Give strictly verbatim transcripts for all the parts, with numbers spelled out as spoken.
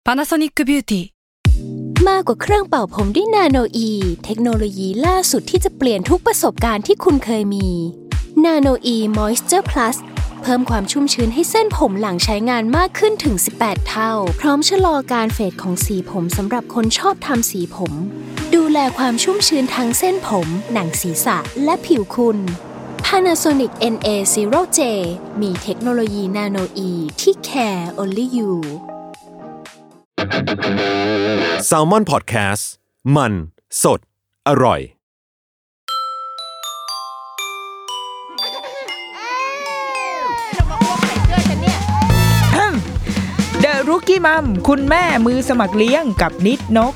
Panasonic Beauty มากกว่าเครื่องเป่าผมด้วยนาโนอีเทคโนโลยีล่าสุดที่จะเปลี่ยนทุกประสบการณ์ที่คุณเคยมีนาโนอีมอยส์เจอร์พลัสเพิ่มความชุ่มชื้นให้เส้นผมหลังใช้งานมากขึ้นถึงสิบแปดเท่าพร้อมชะลอการเฟดของสีผมสำหรับคนชอบทำสีผมดูแลความชุ่มชื้นทั้งเส้นผมหนังศีรษะและผิวคุณ Panasonic เอ็น เอ ศูนย์ เจ มีเทคโนโลยีนาโนอีที่ care only you Salmon Podcast มันสดอร่อยเดอะรุกกี้มัมคุณแม่มือสมัครเลี้ยงกับนิดนก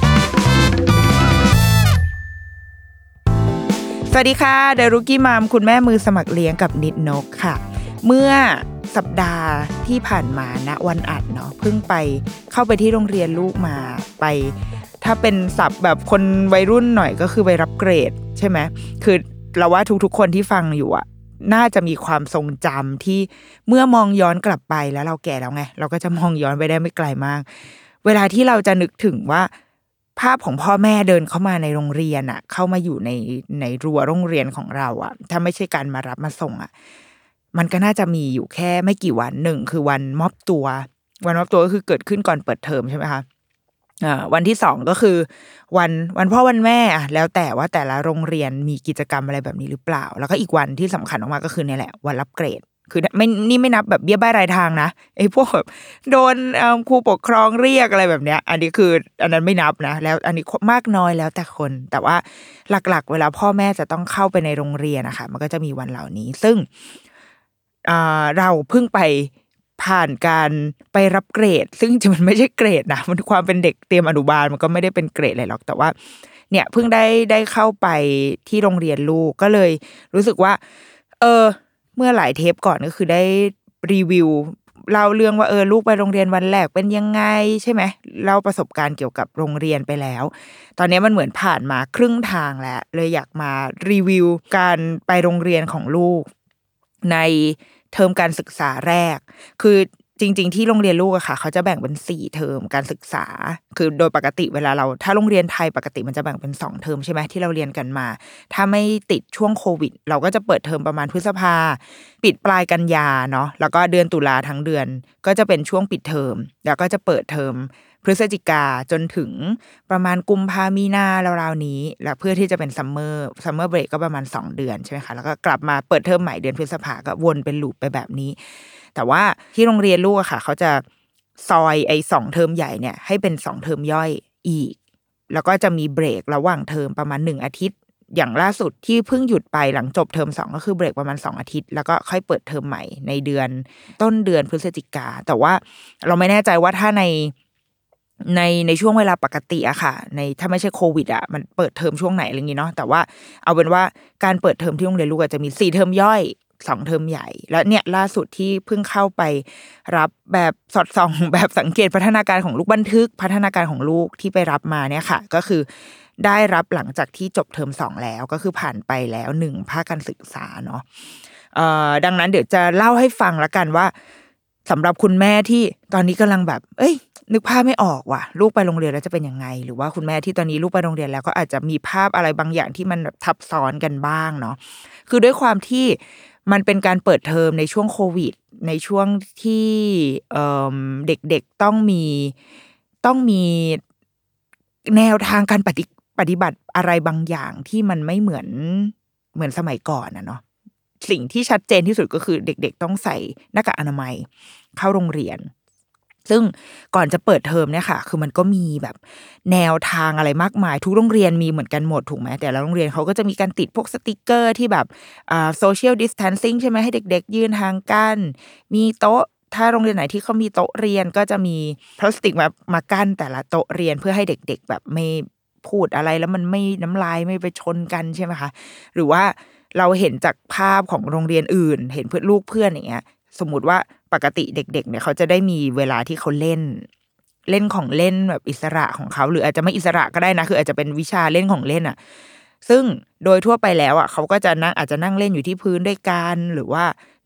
สวัสดีค่ะเดอะรุกกี้มัมคุณแม่มือสมัครเลี้ยงกับนิดนกค่ะเมื่อสัปดาห์ที่ผ่านมาณวันอัดเนาะเพิ่งไปเข้าไปที่โรงเรียนลูกมาไปถ้าเป็นศัพท์แบบคนวัยรุ่นหน่อยก็คือไปรับเกรดใช่ไหมคือเราว่าทุกๆคนที่ฟังอยู่อะน่าจะมีความทรงจำที่เมื่อมองย้อนกลับไปแล้วเราแก่แล้วไงเราก็จะมองย้อนไปได้ไม่ไกลมากเวลาที่เราจะนึกถึงว่าภาพของพ่อแม่เดินเข้ามาในโรงเรียนอะเข้ามาอยู่ในในรั้วโรงเรียนของเราอะถ้าไม่ใช่การมารับมาส่งอะมันก็น่าจะมีอยู่แค่ไม่กี่วันหนึ่งคือวันมอบตัววันมอบตัวก็คือเกิดขึ้นก่อนเปิดเทอมใช่ไหมคะอ่าวันที่สองก็คือวันวันพ่อวันแม่อะแล้วแต่ว่าแต่ละโรงเรียนมีกิจกรรมอะไรแบบนี้หรือเปล่าแล้วก็อีกวันที่สำคัญออกมาก็คือเนี่ยแหละวันรับเกรดคือไม่นี่ไม่นับแบบเบี้ยบ้ายรายทางนะไอ้พวกแบบโดนครูปกครองเรียกอะไรแบบเนี้ยอันนี้คืออันนั้นไม่นับนะแล้วอันนี้มากน้อยแล้วแต่คนแต่ว่าหลักๆเวลาพ่อแม่จะต้องเข้าไปในโรงเรียนนะคะมันก็จะมีวันเหล่านี้ซึ่งอ่าเราเพิ่งไปผ่านการไปรับเกรดซึ่งจริงมันไม่ใช่เกรดนะมันความเป็นเด็กเตรียมอนุบาลมันก็ไม่ได้เป็นเกรดอะไรหรอกแต่ว่าเนี่ยเพิ่งได้ได้เข้าไปที่โรงเรียนลูกก็เลยรู้สึกว่าเออเมื่อหลายเทปก่อนก็คือได้รีวิวเล่าเรื่องว่าเออลูกไปโรงเรียนวันแรกเป็นยังไงใช่ไหมเล่าประสบการณ์เกี่ยวกับโรงเรียนไปแล้วตอนนี้มันเหมือนผ่านมาครึ่งทางแล้วเลยอยากมารีวิวการไปโรงเรียนของลูกในเทอมการศึกษาแรกคือจริงๆที่โรงเรียนลูกอะค่ะเขาจะแบ่งเป็นสี่เทอมการศึกษาคือโดยปกติเวลาเราถ้าโรงเรียนไทยปกติมันจะแบ่งเป็นสองเทอมใช่ไหมที่เราเรียนกันมาถ้าไม่ติดช่วงโควิดเราก็จะเปิดเทอมประมาณพฤษภาปิดปลายกันยาเนาะแล้วก็เดือนตุลาทั้งเดือนก็จะเป็นช่วงปิดเทอมแล้วก็จะเปิดเทอมพฤศจิกาจนถึงประมาณกุมภามีนาราวๆนี้แล้วเพื่อที่จะเป็นซัมเมอร์ซัมเมอร์เบรกก็ประมาณสองเดือนใช่ไหมคะแล้วก็กลับมาเปิดเทอมใหม่เดือนพฤษภาก็วนเป็นลูปไปแบบนี้แต่ว่าที่โรงเรียนลูกอะค่ะเขาจะซอยไอ้สองเทอมใหญ่เนี่ยให้เป็นสองเทอมย่อยอีกแล้วก็จะมีเบรกระหว่างเทอมประมาณหนึ่งอาทิตย์อย่างล่าสุดที่เพิ่งหยุดไปหลังจบเทอมสองก็คือเบรกประมาณสองอาทิตย์แล้วก็ค่อยเปิดเทอมใหม่ในเดือนต้นเดือนพฤศจิกาแต่ว่าเราไม่แน่ใจว่าถ้าในในในช่วงเวลาปกติอะค่ะในถ้าไม่ใช่โควิดอะมันเปิดเทอมช่วงไหนอะไรอย่างงี้เนาะแต่ว่าเอาเป็นว่าการเปิดเทอมที่โรงเรียนลูกจะมีสี่เทอมย่อยสองเทอมใหญ่แล้วเนี่ยล่าสุดที่เพิ่งเข้าไปรับแบบสอดส่องแบบสังเกตพัฒนาการของลูกบันทึกพัฒนาการของลูกที่ไปรับมาเนี่ยค่ะก็คือได้รับหลังจากที่จบเทอมสองแล้วก็คือผ่านไปแล้วหนึ่งภาคการศึกษาเนาะเอ่อดังนั้นเดี๋ยวจะเล่าให้ฟังละกันว่าสำหรับคุณแม่ที่ตอนนี้กำลังแบบเอ้ยนึกภาพไม่ออกว่ะลูกไปโรงเรียนแล้วจะเป็นยังไงหรือว่าคุณแม่ที่ตอนนี้ลูกไปโรงเรียนแล้วก็อาจจะมีภาพอะไรบางอย่างที่มันทับซ้อนกันบ้างเนาะคือด้วยความที่มันเป็นการเปิดเทอมในช่วงโควิดในช่วงที่เอ่อเด็กๆต้องมีต้องมีแนวทางการปฏิปฏิบัติอะไรบางอย่างที่มันไม่เหมือนเหมือนสมัยก่อนนะเนาะสิ่งที่ชัดเจนที่สุดก็คือเด็กๆต้องใส่หน้ากากอนามัยเข้าโรงเรียนซึ่งก่อนจะเปิดเทอมเนี่ยค่ะคือมันก็มีแบบแนวทางอะไรมากมายทุกโรงเรียนมีเหมือนกันหมดถูกไหมแต่ละโรงเรียนเขาก็จะมีการติดพวกสติกเกอร์ที่แบบอ่า social distancing ใช่ไหมให้เด็กๆยืนห่างกันมีโต๊ะถ้าโรงเรียนไหนที่เขามีโต๊ะเรียนก็จะมีพลาสติกมามากั้นแต่ละโต๊ะเรียนเพื่อให้เด็กๆแบบไม่พูดอะไรแล้วมันไม่น้ำลายไม่ไปชนกันใช่ไหมคะหรือว่าเราเห็นจากภาพของโรงเรียนอื่นเห็นเพื่อนลูกเพื่อนอย่างเงี้ยสมมุติว่าปกติเด็กๆเนี่ยเขาจะได้มีเวลาที่เขาเล่นเล่นของเล่นแบบอิสระของเขาหรืออาจจะไม่อิสระก็ได้นะคืออาจจะเป็นวิชาเล่นของเล่นอ่ะซึ่งโดยทั่วไปแล้วอ่ะเขาก็จะนั่งอาจจะนั่งเล่นอยู่ที่พื้นด้วยกันหรือว่า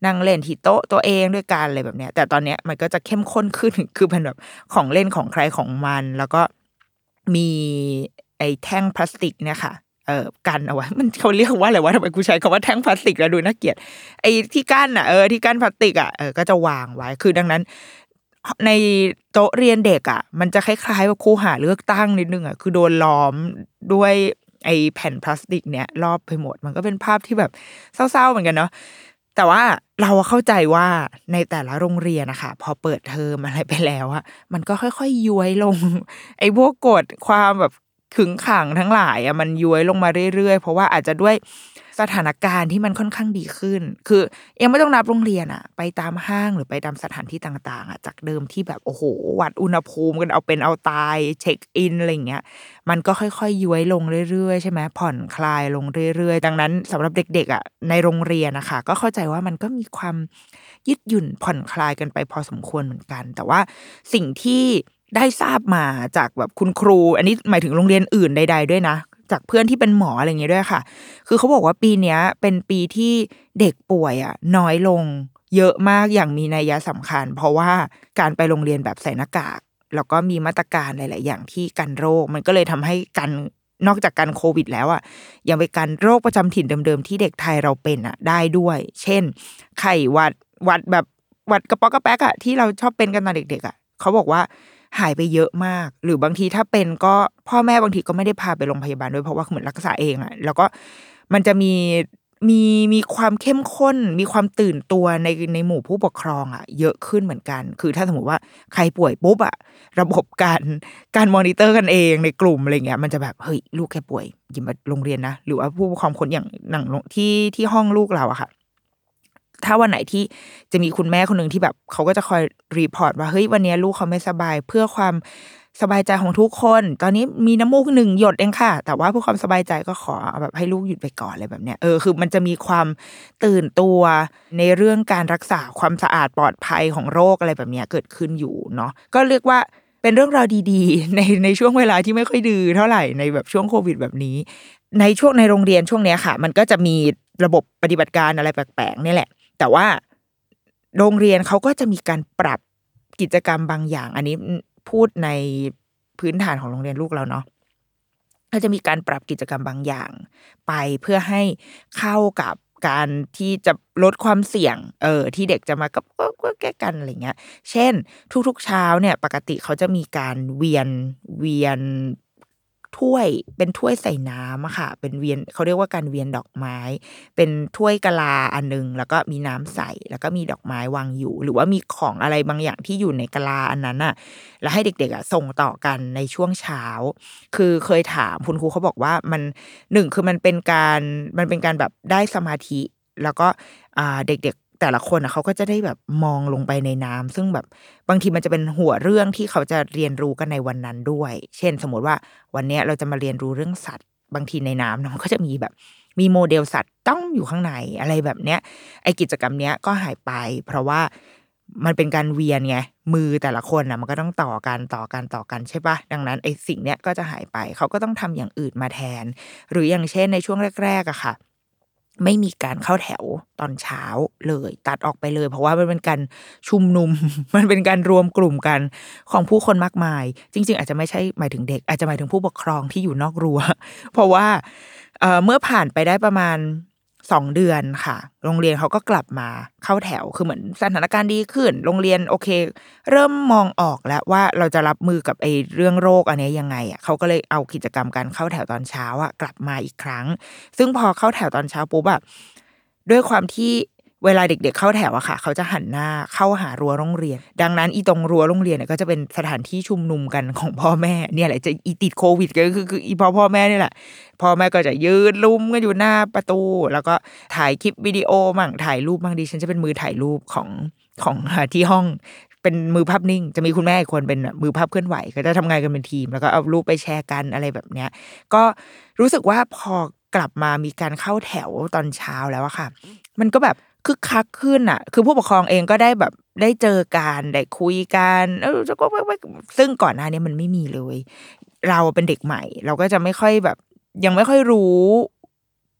นั่งเล่นที่โต๊ะตัวเองด้วยกันอะไรแบบเนี้ยแต่ตอนเนี้ยมันก็จะเข้มข้นขึ้น คือเป็นแบบของเล่นของใครของมันแล้วก็มีไอ้แท่งพลาสติกเนี่ยค่ะเอ่อกันเอาไว้มันเขาเรียกว่าอะไรวะทำไมกูใช้คำว่าแท่งพลาสติกแล้วดูน่าเกลียดไอ้ที่กั้นอ่ะเออที่กั้นพลาสติกอ่ะเออก็จะวางไว้คือดังนั้นในโต๊ะเรียนเด็กอ่ะมันจะคล้ายๆแบบคูหาเลือกตั้งนิดนึงอ่ะคือโดนล้อมด้วยไอ้แผ่นพลาสติกเนี่ยรอบไปหมดมันก็เป็นภาพที่แบบเศร้าๆเหมือนกันเนาะแต่ว่าเราเข้าใจว่าในแต่ละโรงเรียนนะคะพอเปิดเทอมอะไรไปแล้วอะมันก็ค่อยๆย้วยลง ไอ้พวกกฎความแบบขึงขังทั้งหลายอะมันย้วยลงมาเรื่อยๆเพราะว่าอาจจะด้วยสถานการณ์ที่มันค่อนข้างดีขึ้นคือยังไม่ต้องนับโรงเรียนอะไปตามห้างหรือไปตามสถานที่ต่างๆอะจากเดิมที่แบบโอ้โหวัดอุณหภูมิกันเอาเป็นเอาตายเช็คอินอะไรอย่างเงี้ยมันก็ค่อยๆย้วยลงเรื่อยๆใช่ไหมผ่อนคลายลงเรื่อยๆดังนั้นสำหรับเด็กๆอะในโรงเรียนนะคะก็เข้าใจว่ามันก็มีความยืดหยุ่นผ่อนคลายกันไปพอสมควรเหมือนกันแต่ว่าสิ่งที่ได้ทราบมาจากแบบคุณครูอันนี้หมายถึงโรงเรียนอื่นใดๆด้วยนะจากเพื่อนที่เป็นหมออะไรอย่างเงี้ยด้วยค่ะคือเขาบอกว่าปีเนี้ยเป็นปีที่เด็กป่วยอ่ะน้อยลงเยอะมากอย่างมีนัยสำคัญเพราะว่าการไปโรงเรียนแบบใส่หน้ากากแล้วก็มีมาตรการหลายๆอย่างที่กันโรคมันก็เลยทำให้กันนอกจากกันโควิดแล้วอ่ะยังไปกันโรคประจำถิ่นเดิมๆที่เด็กไทยเราเป็นอ่ะได้ด้วยเช่นไข้หวัดหวัดแบบหวัดกระป๊อกกระแป๊กอ่ะที่เราชอบเป็นกันตอนเด็กๆอ่ะเขาบอกว่าหายไปเยอะมากหรือบางทีถ้าเป็นก็พ่อแม่บางทีก็ไม่ได้พาไปโรงพยาบาลด้วยเพราะว่าเหมือนรักษาเองอ่ะแล้วก็มันจะมีมีมีความเข้มข้นมีความตื่นตัวในในหมู่ผู้ปกครองอ่ะเยอะขึ้นเหมือนกันคือถ้าสมมติว่าใครป่วยปุ๊บอ่ะระบบการการมอนิเตอร์กันเองในกลุ่มอะไรเงี้ยมันจะแบบเฮ้ยลูกแค่ป่วยอย่ามาโรงเรียนนะหรือว่าผู้ปกครองคนอย่างหนังที่ที่ห้องลูกเราอะค่ะถ้าวันไหนที่จะมีคุณแม่คนนึงที่แบบเขาก็จะคอยรีพอร์ตว่าเฮ้ยวันนี้ลูกเขาไม่สบายเพื่อความสบายใจของทุกคนตอนนี้มีน้ำมูกหนึ่งหยดเองค่ะแต่ว่าเพื่อความสบายใจก็ขอแบบให้ลูกหยุดไปก่อนอะไรแบบเนี้ยเออคือมันจะมีความตื่นตัวในเรื่องการรักษาความสะอาดปลอดภัยของโรคอะไรแบบเนี้ยเกิดขึ้นอยู่เนาะก็เรียกว่าเป็นเรื่องราวดีๆในในช่วงเวลาที่ไม่ค่อยดื้อเท่าไหร่ในแบบช่วงโควิดแบบนี้ในช่วงในโรงเรียนช่วงเนี้ยค่ะมันก็จะมีระบบปฏิบัติการอะไรแปลกๆนี่แหละแต่ว่าโรงเรียนเขาก็จะมีการปรับกิจกรรมบางอย่างอันนี้พูดในพื้นฐานของโรงเรียนลูกเราเนาะก็จะมีการปรับกิจกรรมบางอย่างไปเพื่อให้เข้ากับการที่จะลดความเสี่ยงเออที่เด็กจะมาก็ก็แก้กันอะไรเงี้ยเช่นทุกๆเช้าเนี่ยปกติเขาจะมีการเวียนเวียนถ้วยเป็นถ้วยใส่น้ำอะค่ะเป็นเวียนเขาเรียกว่าการเวียนดอกไม้เป็นถ้วยกะลาอันนึงแล้วก็มีน้ำใส่แล้วก็มีดอกไม้วางอยู่หรือว่ามีของอะไรบางอย่างที่อยู่ในกะลาอันนั้นอะแล้วให้เด็กๆอะส่งต่อกันในช่วงเช้าคือเคยถามคุณครูเขาบอกว่ามันหนึ่งคือมันเป็นการมันเป็นการแบบได้สมาธิแล้วก็อ่าเด็กๆแต่ละคนอ่ะเขาก็จะได้แบบมองลงไปในน้ำซึ่งแบบบางทีมันจะเป็นหัวเรื่องที่เขาจะเรียนรู้กันในวันนั้นด้วยเช่นสมมติว่าวันนี้เราจะมาเรียนรู้เรื่องสัตว์บางทีในน้ำเนาะก็จะมีแบบมีโมเดลสัตว์ต้องอยู่ข้างในอะไรแบบเนี้ยไอกิจกรรมเนี้ยก็หายไปเพราะว่ามันเป็นการเวียนไงมือแต่ละคนอ่ะมันก็ต้องต่อกันต่อกันต่อกันใช่ปะดังนั้นไอสิ่งเนี้ยก็จะหายไปเขาก็ต้องทำอย่างอื่นมาแทนหรืออย่างเช่นในช่วงแรกๆอะค่ะไม่มีการเข้าแถวตอนเช้าเลยตัดออกไปเลยเพราะว่ามันเป็นการชุมนุม มันเป็นการรวมกลุ่มกันของผู้คนมากมายจริงๆอาจจะไม่ใช่หมายถึงเด็กอาจจะหมายถึงผู้ปกครองที่อยู่นอกรั้ว เพราะว่าเอ่อเมื่อผ่านไปได้ประมาณสองเดือนค่ะโรงเรียนเขาก็กลับมาเข้าแถวคือเหมือนสถานการณ์ดีขึ้นโรงเรียนโอเคเริ่มมองออกแล้วว่าเราจะรับมือกับไอ้เรื่องโรคอันนี้ยังไงอ่ะเขาก็เลยเอากิจกรรมการเข้าแถวตอนเช้าอ่ะกลับมาอีกครั้งซึ่งพอเข้าแถวตอนเช้าปุ๊บอ่ะด้วยความที่เวลาเด็กๆเข้าแถวอะค่ะเขาจะหันหน้าเข้าหารั้วโรงเรียนดังนั้นอีตรงรั้วโรงเรียนเนี่ยก็จะเป็นสถานที่ชุมนุมกันของพ่อแม่เนี่ยแหละจะอีติดโควิดก็คือคืออีพ่อพ่อแม่นี่แหละพ่อแม่ก็จะยืนลุมกันอยู่หน้าประตูแล้วก็ถ่ายคลิปวิดีโอมั่งถ่ายรูปมั่งดิฉันจะเป็นมือถ่ายรูปของของที่ห้องเป็นมือภาพนิ่งจะมีคุณแม่อีกคนเป็นมือภาพเคลื่อนไหวก็จะทำงานกันเป็นทีมแล้วก็เอารูปไปแชร์กันอะไรแบบเนี้ยก็รู้สึกว่าพอกลับมามีการเข้าแถวตอนเช้าแล้วอะค่ะมันก็แบบคึกคักขึ้นอ่ะคือผู้ปกครองเองก็ได้แบบได้เจอกันได้คุยกันเออก็ซึ่งก่อนหน้านี้มันไม่มีเลยเราเป็นเด็กใหม่เราก็จะไม่ค่อยแบบยังไม่ค่อยรู้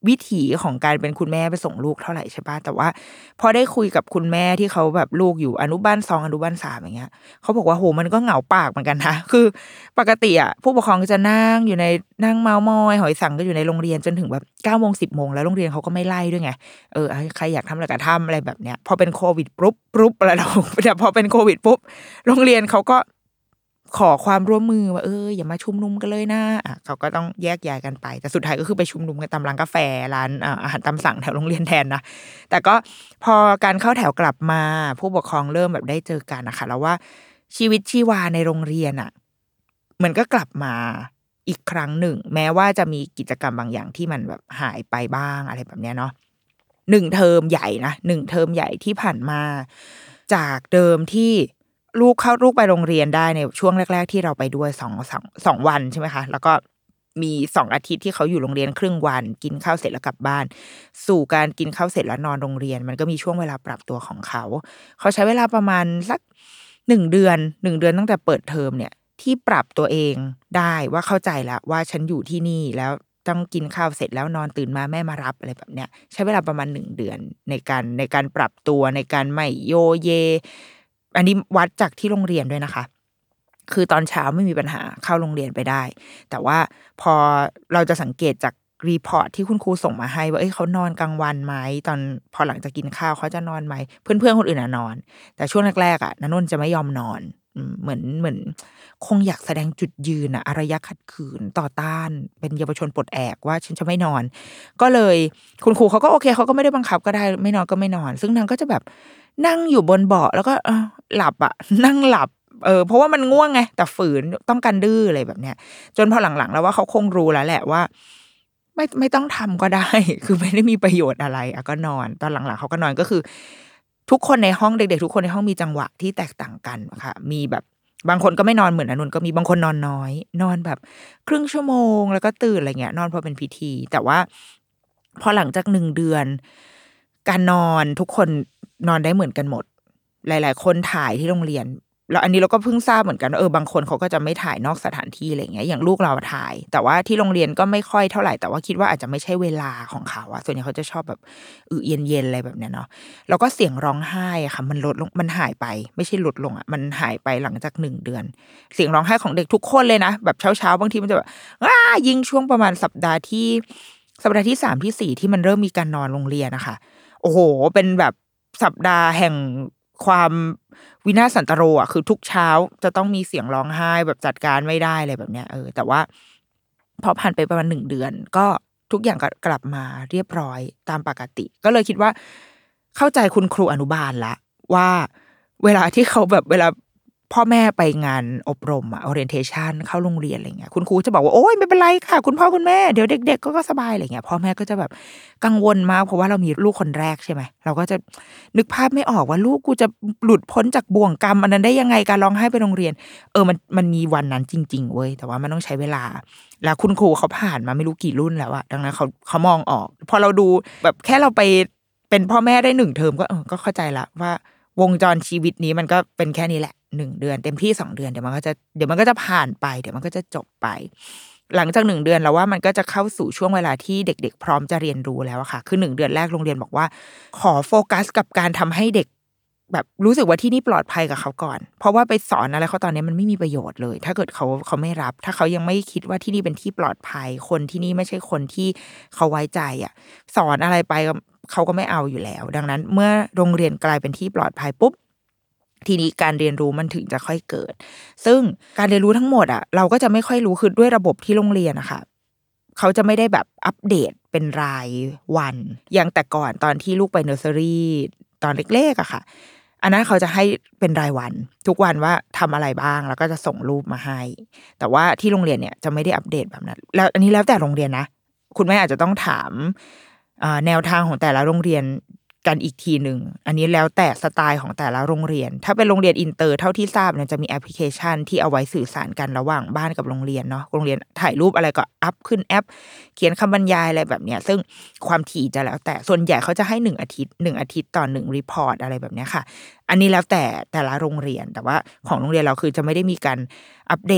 วิถีของการเป็นคุณแม่ไปส่งลูกเท่าไหร่ใช่ป่ะแต่ว่าพอได้คุยกับคุณแม่ที่เขาแบบลูกอยู่อนุบาลสองอนุบาลสามอย่างเงี้ยเขาบอกว่าโหมันก็เหงาปากเหมือนกันนะคือปกติอ่ะผู้ปกครองก็จะนั่งอยู่ในนั่งเมามอยหอยสังก็อยู่ในโรงเรียนจนถึงแบบเก้าโมงสิบโมงแล้วโรงเรียนเขาก็ไม่ไล่ด้วยไงเออใครอยากทำอะไรก็ทำอะไรแบบเนี้ยพอเป็นโควิดปุ๊บปุ๊บอะไรเราแต่พอเป็นโควิดปุ๊บโรงเรียนเขาก็ขอความร่วมมือว่าเอออย่ามาชุมนุมกันเลยนะอ่ะเขาก็ต้องแยกย้ายกันไปแต่สุดท้ายก็คือไปชุมนุมกันตามร้านกาแฟร้านอาหารตามสั่งแถวโรงเรียนแทนนะแต่ก็พอการเข้าแถวกลับมาผู้ปกครองเริ่มแบบได้เจอกันนะคะแล้วว่าชีวิตชีวาในโรงเรียนอ่ะมันก็กลับมาอีกครั้งหนึ่งแม้ว่าจะมีกิจกรรมบางอย่างที่มันแบบหายไปบ้างอะไรแบบเนี้ยเนาะหนึ่งเทอมใหญ่นะหนึ่งเทอมใหญ่ที่ผ่านมาจากเดิมที่ลูกเข้าลูกไปโรงเรียนได้ในช่วงแรกๆที่เราไปด้วยสองสองสองวันใช่ไหมคะแล้วก็มีสองอาทิตย์ที่เขาอยู่โรงเรียนครึ่งวันกินข้าวเสร็จแล้วกลับบ้านสู่การกินข้าวเสร็จแล้วนอนโรงเรียนมันก็มีช่วงเวลาปรับตัวของเขาเขาใช้เวลาประมาณสักหนึ่งเดือนหนึ่งเดือนตั้งแต่เปิดเทอมเนี่ยที่ปรับตัวเองได้ว่าเข้าใจแล้วว่าฉันอยู่ที่นี่แล้วต้องกินข้าวเสร็จแล้วนอนตื่นมาแม่มารับอะไรแบบเนี้ยใช้เวลาประมาณหนึ่งเดือนในการในการปรับตัวในการไม่โยเยอันนี้วัดจากที่โรงเรียนด้วยนะคะคือตอนเช้าไม่มีปัญหาเข้าโรงเรียนไปได้แต่ว่าพอเราจะสังเกตจากรีพอร์ตที่คุณครูส่งมาให้ว่าเอ้ยเขานอนกลางวันไหมตอนพอหลังจากกินข้าวเขาจะนอนไหมเพื่อนๆคนอื่นน่ะนอนแต่ช่วงแรกๆอ่ะณนนท์จะไม่ยอมนอนเหมือนเหมือนคงอยากแสดงจุดยืนอะอารยะขัดขืนต่อต้านเป็นเยาวชนปลดแอกว่าฉันจะไม่นอนก็เลยคุณครูเขาก็โอเคเขาก็ไม่ได้บังคับก็ได้ไม่นอนก็ไม่นอนซึ่งนางก็จะแบบนั่งอยู่บนเบาะแล้วก็หลับอะนั่งหลับเออเพราะว่ามันง่วงไงแต่ฝืนต้องกันดื้ออะไรแบบเนี้ยจนพอหลังๆแล้วว่าเขาคงรู้แล้วแหละว่าไม่ไม่ต้องทำก็ได้คือไม่ได้มีประโยชน์อะไรอะก็นอนตอนหลังๆเขาก็นอนก็คือทุกคนในห้องเด็กๆทุกคนในห้องมีจังหวะที่แตกต่างกันค่ะมีแบบบางคนก็ไม่นอนเหมือนอนุนก็มีบางคนนอนน้อยนอนแบบครึ่งชั่วโมงแล้วก็ตื่นอะไรเงี้ยนอนพอเป็นพิธีแต่ว่าพอหลังจากหนึ่งเดือนการนอนทุกคนนอนได้เหมือนกันหมดหลายๆคนถ่ายที่โรงเรียนแล้วอันนี้เราก็เพิ่งทราบเหมือนกันเออบางคนเขาก็จะไม่ถ่ายนอกสถานที่อะไรเงี้ยอย่างลูกเราถ่ายแต่ว่าที่โรงเรียนก็ไม่ค่อยเท่าไหร่แต่ว่าคิดว่าอาจจะไม่ใช่เวลาของเขาอะส่วนใหญ่เขาจะชอบแบบอือเย็นๆอะไรแบบเนี้ยเนาะแล้วก็เสียงร้องไห้อะค่ะมันลดลงมันหายไปไม่ใช่ลดลงอะมันหายไปหลังจากหนึ่งเดือนเสียงร้องไห้ของเด็กทุกคนเลยนะแบบเช้าๆบางทีมันจะแบบอ้ายิ่งช่วงประมาณสัปดาห์ที่สัปดาห์ที่สามที่สี่ที่มันเริ่มมีการนอนโรงเรียนนะคะโอ้โหเป็นแบบสัปดาห์แห่งความวินาศสันตโรอ่ะคือทุกเช้าจะต้องมีเสียงร้องไห้แบบจัดการไม่ได้อะไรแบบเนี้ยเออแต่ว่าพอผ่านไปประมาณหนึ่งเดือนก็ทุกอย่างก็กลับมาเรียบร้อยตามปกติก็เลยคิดว่าเข้าใจคุณครูอนุบาลละว่าเวลาที่เขาแบบเวลาพ่อแม่ไปงานอบรมอะ orientation เข้าโรงเรียนอะไรเงี้ยคุณครูจะบอกว่าโอ๊ยไม่เป็นไรค่ะคุณพ่อคุณแม่เดี๋ยวเด็กๆก็สบายอะไรเงี้ยพ่อแม่ก็จะแบบกังวลมากเพราะว่าเรามีลูกคนแรกใช่ไหมเราก็จะนึกภาพไม่ออกว่าลูกกูจะหลุดพ้นจากบ่วงกรรมอันนั้นได้ยังไงการร้องไห้ไปโรงเรียนเออมันมันมีวันนั้นจริงๆเว้ยแต่ว่ามันต้องใช้เวลาแล้วคุณครูเขาผ่านมาไม่รู้กี่รุ่นแล้วอะดังนั้นเขาเขามองออกพอเราดูแบบแค่เราไปเป็นพ่อแม่ได้หนึ่งเทอมก็เออก็เข้าใจละว่าวงจรชีวิตนี้มันก็เป็นแค่นี้แหละหนึ่งเดือนเต็มที่สองเดือนเดี๋ยวมันก็จะเดี๋ยวมันก็จะผ่านไปเดี๋ยวมันก็จะจบไปหลังจากหนึ่งเดือนแล้วว่ามันก็จะเข้าสู่ช่วงเวลาที่เด็กๆพร้อมจะเรียนรู้แล้วอะค่ะคือหนึ่งเดือนแรกโรงเรียนบอกว่าขอโฟกัสกับการทำให้เด็กแบบรู้สึกว่าที่นี่ปลอดภัยกับเขาก่อนเพราะว่าไปสอนอะไรเขาตอนนี้มันไม่มีประโยชน์เลยถ้าเกิดเขาเขาไม่รับถ้าเขายังไม่คิดว่าที่นี่เป็นที่ปลอดภัยคนที่นี่ไม่ใช่คนที่เขาไว้ใจอะสอนอะไรไปเขาก็ไม่เอาอยู่แล้วดังนั้นเมื่อโรงเรียนกลายเป็นที่ปลอดภัยปุ๊บทีนี้การเรียนรู้มันถึงจะค่อยเกิดซึ่งการเรียนรู้ทั้งหมดอ่ะเราก็จะไม่ค่อยรู้คือด้วยระบบที่โรงเรียนนะคะเขาจะไม่ได้แบบอัปเดตเป็นรายวันอย่างแต่ก่อนตอนที่ลูกไปเนอร์เซอรี่ตอนเล็กๆอะค่ะอันนั้นเขาจะให้เป็นรายวันทุกวันว่าทำอะไรบ้างแล้วก็จะส่งรูปมาให้แต่ว่าที่โรงเรียนเนี่ยจะไม่ได้อัปเดตแบบนั้นแล้วอันนี้แล้วแต่โรงเรียนนะคุณแม่อาจจะต้องถามแนวทางของแต่ละโรงเรียนกันอีกทีหนึ่งอันนี้แล้วแต่สไตล์ของแต่ละโรงเรียนถ้าเป็นโรงเรียนอินเตอร์เท่าที่ทราบเนี่ยจะมีแอปพลิเคชันที่เอาไว้สื่อสารกันระหว่างบ้านกับโรงเรียนเนาะโรงเรียนถ่ายรูปอะไรก็อัพขึ้นแอปเขียนคำบรรยายอะไรแบบเนี้ยซึ่งความถี่จะแล้วแต่ส่วนใหญ่เขาจะให้หนึ่งอาทิตย์หนึ่งอาทิตย์ต่อหนึ่งรีพอร์ตอะไรแบบเนี้ยค่ะอันนี้แล้วแต่แต่ละโรงเรียนแต่ว่าของโรงเรียนเราคือจะไม่ได้มีการอัปเดต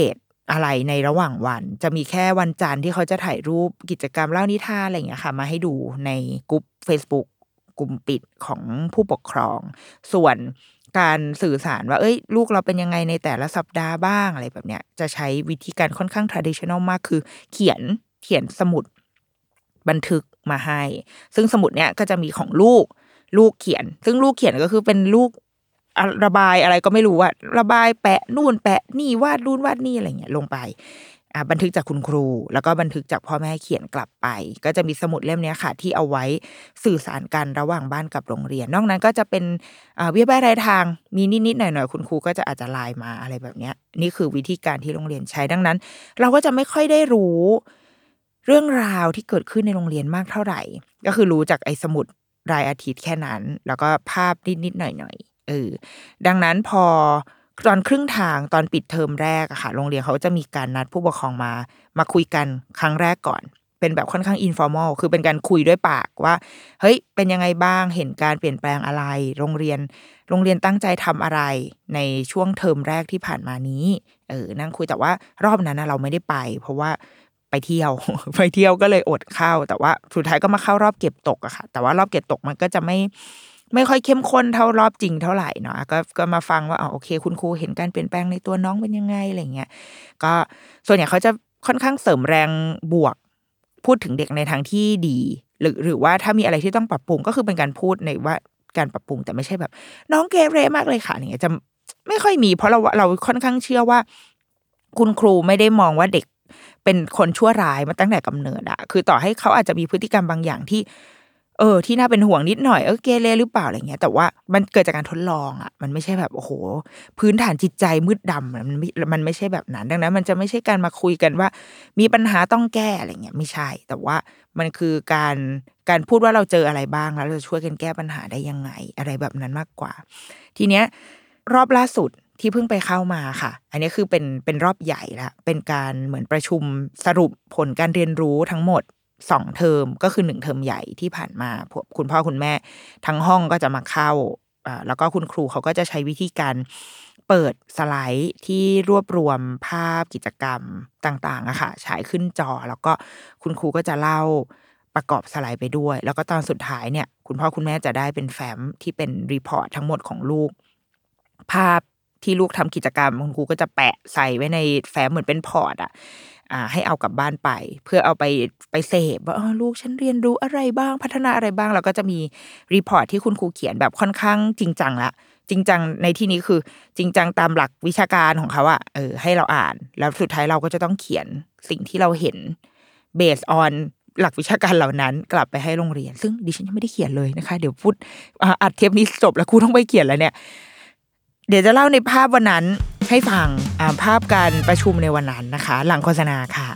อะไรในระหว่างวันจะมีแค่วันจันทร์ที่เขาจะถ่ายรูปกิจกรรมเล่านิทานอะไรอย่างเงี้ยค่ะมาให้ดูในกลุ่ม Facebook กลุ่มปิดของผู้ปกครองส่วนการสื่อสารว่าเอ้ยลูกเราเป็นยังไงในแต่ละสัปดาห์บ้างอะไรแบบเนี้ยจะใช้วิธีการค่อนข้าง traditional มากคือเขียนเขียนสมุดบันทึกมาให้ซึ่งสมุดเนี้ยก็จะมีของลูกลูกเขียนซึ่งลูกเขียนก็คือเป็นลูกระบายอะไรก็ไม่รู้อะระบายแปะนู่นแปะนี่วาดนู่นวาดนี่อะไรเงี้ยลงไปอ่าบันทึกจากคุณครูแล้วก็บันทึกจากพ่อแม่เขียนกลับไปก็จะมีสมุดเล่มนี้ค่ะที่เอาไว้สื่อสารกันระหว่างบ้านกับโรงเรียนนอกนั้นก็จะเป็นอ่าเบี้ยแบ้รายทางมีนิดๆหน่อยๆคุณครูก็จะอาจจะไลน์มาอะไรแบบเนี้ยนี่คือวิธีการที่โรงเรียนใช้ดังนั้นเราก็จะไม่ค่อยได้รู้เรื่องราวที่เกิดขึ้นในโรงเรียนมากเท่าไหร่ก็คือรู้จากไอ้สมุดรายอาทิตย์แค่นั้นแล้วก็ภาพนิดๆหน่อยๆเออดังนั้นพอตอนครึ่งทางตอนปิดเทอมแรกอะค่ะโรงเรียนเขาจะมีการนัดผู้ปกครองมามาคุยกันครั้งแรกก่อนเป็นแบบค่อนข้างอินฟอร์มอลคือเป็นการคุยด้วยปากว่าเฮ้ยเป็นยังไงบ้างเห็นการเปลี่ยนแปลงอะไรโรงเรียนโรงเรียนตั้งใจทำอะไรในช่วงเทอมแรกที่ผ่านมานี้เออนั่งคุยแต่ว่ารอบนั้นนะเราไม่ได้ไปเพราะว่าไปเที่ยว ไปเที่ยวก็เลยอดเข้าแต่ว่าสุดท้ายก็มาเข้ารอบเก็บตกอะค่ะแต่ว่ารอบเก็บตกมันก็จะไม่ไม่ค่อยเข้มข้นเท่ารอบจริงเท่าไหร่เนาะก็ก็มาฟังว่าอ๋อโอเคคุณครูเห็นการเปลี่ยนแปลงในตัวน้องเป็นยังไงอะไรเงี้ยก็ส่วนใหญ่เขาจะค่อนข้างเสริมแรงบวกพูดถึงเด็กในทางที่ดีหรือหรือว่าถ้ามีอะไรที่ต้องปรับปรุงก็คือเป็นการพูดในว่าการปรับปรุงแต่ไม่ใช่แบบน้องเกเรมากเลยค่ะอย่างเงี้ยจะไม่ค่อยมีเพราะเราเราค่อนข้างเชื่อว่าคุณครูไม่ได้มองว่าเด็กเป็นคนชั่วร้ายมาตั้งแต่กำเนิดอะคือต่อให้เขาอาจจะมีพฤติกรรมบางอย่างที่เออที่น่าเป็นห่วงนิดหน่อยเออเกเรหรือเปล่าอะไรเงี้ยแต่ว่ามันเกิดจากการทดลองอ่ะมันไม่ใช่แบบโอ้โหพื้นฐานจิตใจมืดดำมันไม่มันไม่ใช่แบบนั้นดังนั้นมันจะไม่ใช่การมาคุยกันว่ามีปัญหาต้องแก้อะไรเงี้ยไม่ใช่แต่ว่ามันคือการการพูดว่าเราเจออะไรบ้างแล้วเราจะช่วยกันแก้ปัญหาได้ยังไงอะไรแบบนั้นมากกว่าทีเนี้ยรอบล่าสุดที่เพิ่งไปเข้ามาค่ะอันนี้คือเป็นเป็นรอบใหญ่ละเป็นการเหมือนประชุมสรุปผลการเรียนรู้ทั้งหมดสองเทอมก็คือหนึ่งเทอมใหญ่ที่ผ่านมาคุณพ่อคุณแม่ทั้งห้องก็จะมาเข้าอ่าแล้วก็คุณครูเขาก็จะใช้วิธีการเปิดสไลด์ที่รวบรวมภาพกิจกรรมต่างๆอะค่ะฉายขึ้นจอแล้วก็คุณครูก็จะเล่าประกอบสไลด์ไปด้วยแล้วก็ตอนสุดท้ายเนี่ยคุณพ่อคุณแม่จะได้เป็นแฟ้มที่เป็นรีพอร์ตทั้งหมดของลูกภาพที่ลูกทำกิจกรรมคุณครูก็จะแปะใส่ไว้ในแฟ้มเหมือนเป็นพอร์ตอะอ่าให้เอากลับบ้านไปเพื่อเอาไปไปเสพว่าลูกฉันเรียนรู้อะไรบ้างพัฒนาอะไรบ้างแล้วก็จะมีรีพอร์ตที่คุณครูเขียนแบบค่อนข้างจริงจังละจริงจังในที่นี้คือจริงจังตามหลักวิชาการของเขาอะเออให้เราอ่านแล้วสุดท้ายเราก็จะต้องเขียนสิ่งที่เราเห็น based on หลักวิชาการเหล่านั้นกลับไปให้โรงเรียนซึ่งดิฉันยังไม่ได้เขียนเลยนะคะเดี๋ยวพูดอัดเทปนี้จบแล้วครูต้องไปเขียนแล้วเนี่ยเดี๋ยวจะเล่าในภาพวันนั้นให้ฟังภาพการประชุมในวันนั้นนะคะหลังโฆษณาค่ะ